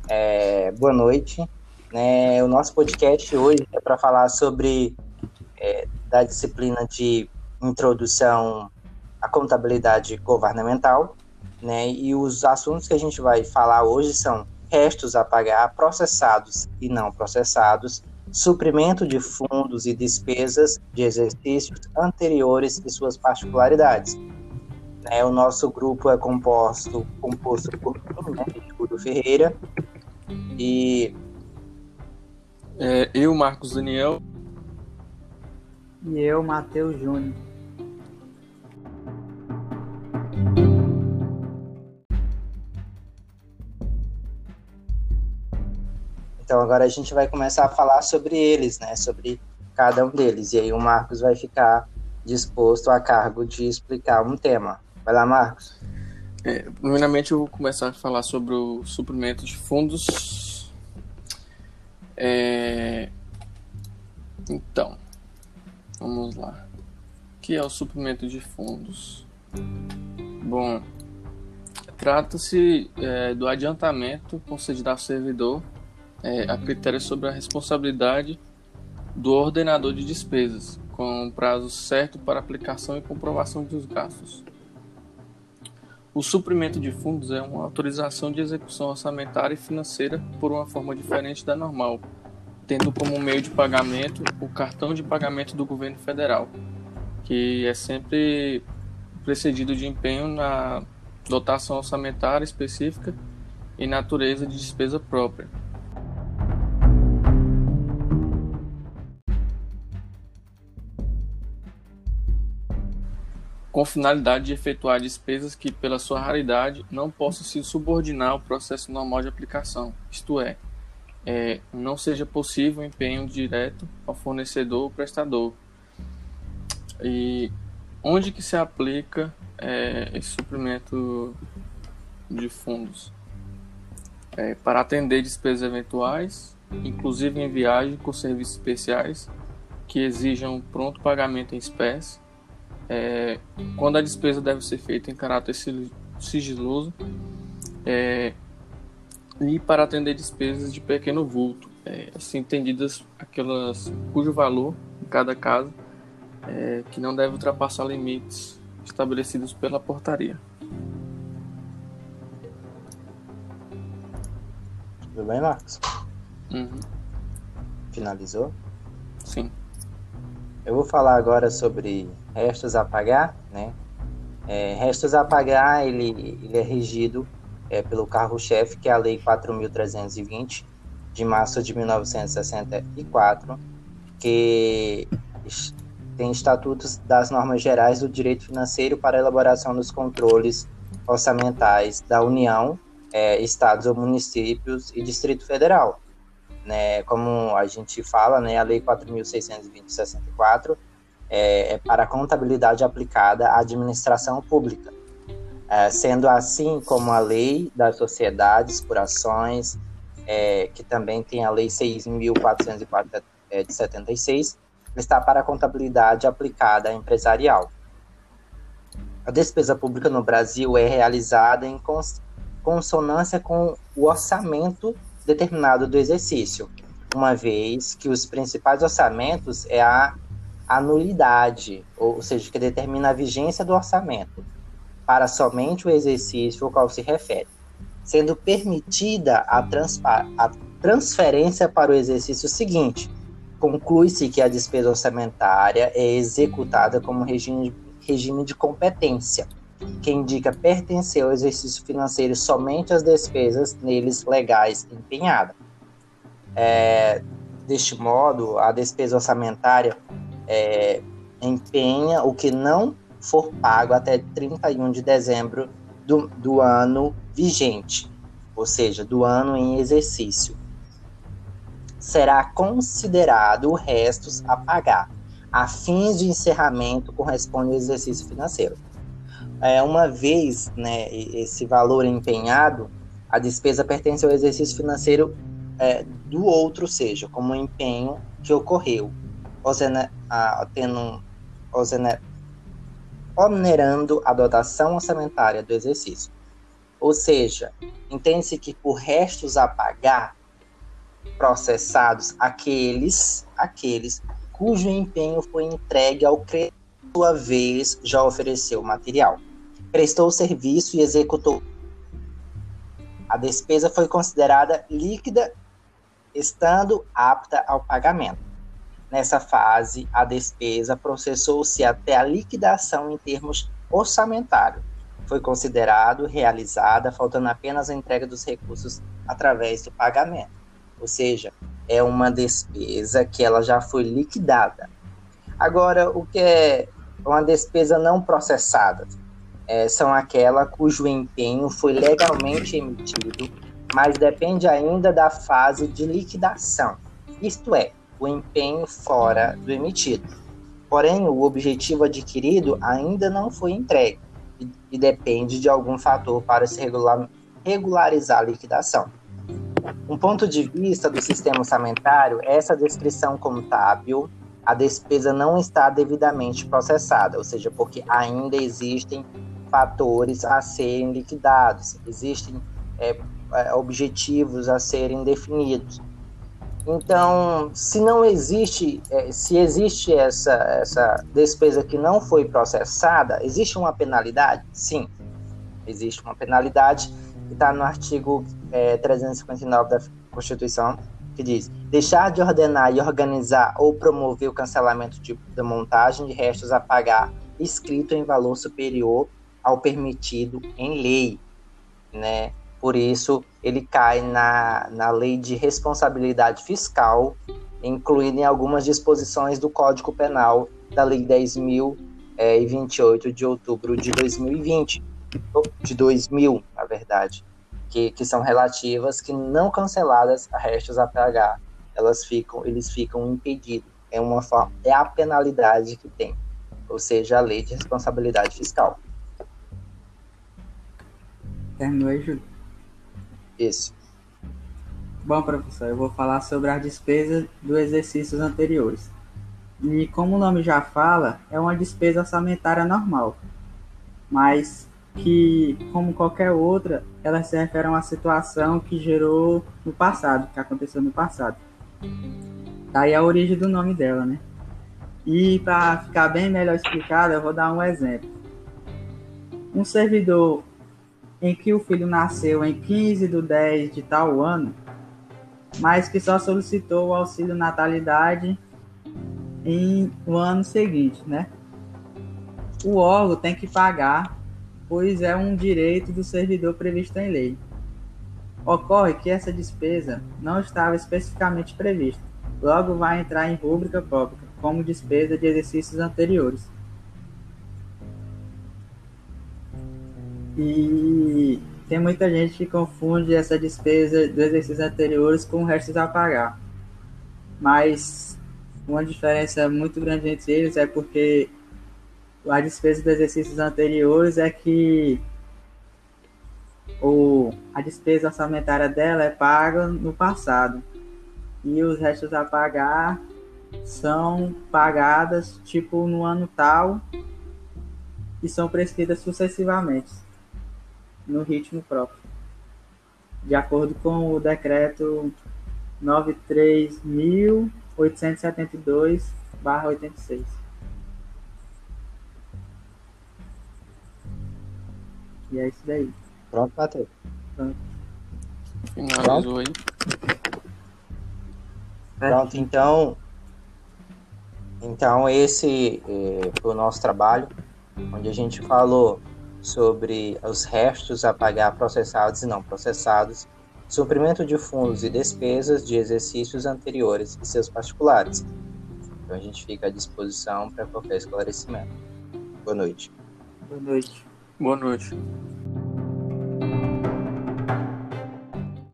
Boa noite. O nosso podcast hoje é para falar sobre da disciplina de introdução à contabilidade governamental, né? E os assuntos que a gente vai falar hoje são restos a pagar, processados e não processados, suprimento de fundos e despesas de exercícios anteriores e suas particularidades. O nosso grupo é composto por mim, né, Júlio Ferreira, e Eu, Marcos Daniel. E eu, Matheus Júnior. então agora a gente vai começar a falar sobre eles, né? Sobre cada um deles. E aí o Marcos vai ficar disposto a cargo de explicar um tema. Vai lá, Marcos. Primeiramente eu vou começar a falar sobre o suprimento de fundos. Então, vamos lá. O que é o suprimento de fundos? Bom, trata-se do adiantamento concedido ao servidor a critério sobre a responsabilidade do ordenador de despesas, com prazo certo para aplicação e comprovação dos gastos. O suprimento de fundos é uma autorização de execução orçamentária e financeira por uma forma diferente da normal, tendo como meio de pagamento o cartão de pagamento do governo federal, que é sempre precedido de empenho na dotação orçamentária específica e natureza de despesa própria. Com finalidade de efetuar despesas que, pela sua raridade, não possam se subordinar ao processo normal de aplicação, isto é, não seja possível o empenho direto ao fornecedor ou prestador. E onde que se aplica esse suprimento de fundos? Para atender despesas eventuais, inclusive em viagem com serviços especiais que exijam pronto pagamento em espécie, quando a despesa deve ser feita em caráter sigiloso, e para atender despesas de pequeno vulto, assim entendidas aquelas cujo valor, em cada caso, que não deve ultrapassar limites estabelecidos pela portaria. Tudo bem, Marcos? Uhum. Finalizou? Sim. Eu vou falar agora sobre restos a pagar, né? Restos a pagar, ele é regido pelo carro-chefe, que é a Lei 4.320, de março de 1964, que tem estatutos das normas gerais do direito financeiro para a elaboração dos controles orçamentais da União, estados ou municípios e Distrito Federal. Né, como a gente fala, né, a Lei 4.620 de 64 é para a contabilidade aplicada à administração pública, sendo assim como a Lei das Sociedades por Ações, que também tem a Lei 6.404 de 76, está para a contabilidade aplicada à empresarial. A despesa pública no Brasil é realizada em consonância com o orçamento determinado do exercício, uma vez que os principais orçamentos é a anulidade, ou seja, que determina a vigência do orçamento, para somente o exercício ao qual se refere, sendo permitida a transferência para o exercício seguinte. Conclui-se que a despesa orçamentária é executada como regime de competência, que indica pertencer ao exercício financeiro somente às despesas neles legais empenhadas. Deste modo, a despesa orçamentária empenha o que não for pago até 31 de dezembro do ano vigente, ou seja, do ano em exercício. Será considerado restos a pagar. A fins de encerramento corresponde ao exercício financeiro. Uma vez, né, esse valor empenhado, a despesa pertence ao exercício financeiro do outro, seja, como um empenho que ocorreu, onerando a dotação orçamentária do exercício. Ou seja, entende-se que por restos a pagar processados aqueles cujo empenho foi entregue ao credor, por sua vez, já ofereceu o material, prestou o serviço e executou. A despesa foi considerada líquida, estando apta ao pagamento. Nessa fase, a despesa processou-se até a liquidação em termos orçamentários. Foi considerado realizada, faltando apenas a entrega dos recursos através do pagamento. Ou seja, é uma despesa que ela já foi liquidada. Agora, o que é uma despesa não processada? São aquelas cujo empenho foi legalmente emitido, mas depende ainda da fase de liquidação, isto é, o empenho fora do emitido. Porém, o objetivo adquirido ainda não foi entregue e depende de algum fator para se regularizar a liquidação. Um ponto de vista do sistema orçamentário, essa descrição contábil, a despesa não está devidamente processada, ou seja, porque ainda existem fatores a serem liquidados, existem objetivos a serem definidos. Então, se existe essa despesa que não foi processada, existe uma penalidade? Sim, existe uma penalidade que está no artigo 359 da Constituição, que diz: deixar de ordenar e organizar ou promover o cancelamento da montagem de restos a pagar escrito em valor superior ao permitido em lei, né? Por isso, ele cai na lei de responsabilidade fiscal, incluída em algumas disposições do Código Penal da Lei 10.028 de outubro de 2020, de 2000, na verdade, que são relativas, que não canceladas a restos a pagar, eles ficam impedidos. É a penalidade que tem, ou seja, a lei de responsabilidade fiscal. Terminou aí, Júlio? Isso. Bom, professor, eu vou falar sobre as despesas dos exercícios anteriores. E como o nome já fala, é uma despesa orçamentária normal, mas que, como qualquer outra, ela se refere a uma situação que gerou no passado, que aconteceu no passado. Daí a origem do nome dela, né? E para ficar bem melhor explicado, eu vou dar um exemplo. Um servidor em que o filho nasceu em 15/10 de tal ano, mas que só solicitou o auxílio natalidade no ano seguinte, né? O órgão tem que pagar, pois é um direito do servidor previsto em lei. Ocorre que essa despesa não estava especificamente prevista, logo vai entrar em rúbrica própria, como despesa de exercícios anteriores. E tem muita gente que confunde essa despesa dos exercícios anteriores com restos a pagar. Mas uma diferença muito grande entre eles é porque a despesa dos exercícios anteriores é que a despesa orçamentária dela é paga no passado. E os restos a pagar são pagadas tipo no ano tal e são prescritas sucessivamente, no ritmo próprio, de acordo com o decreto 93.872/86. E é isso daí. Pronto, Matheus. Pronto. Finalizou aí. Pronto, então esse foi o nosso trabalho, onde a gente falou sobre os restos a pagar processados e não processados, suprimento de fundos e despesas de exercícios anteriores e seus particulares. Então a gente fica à disposição para qualquer esclarecimento. Boa noite. Boa noite. Boa noite.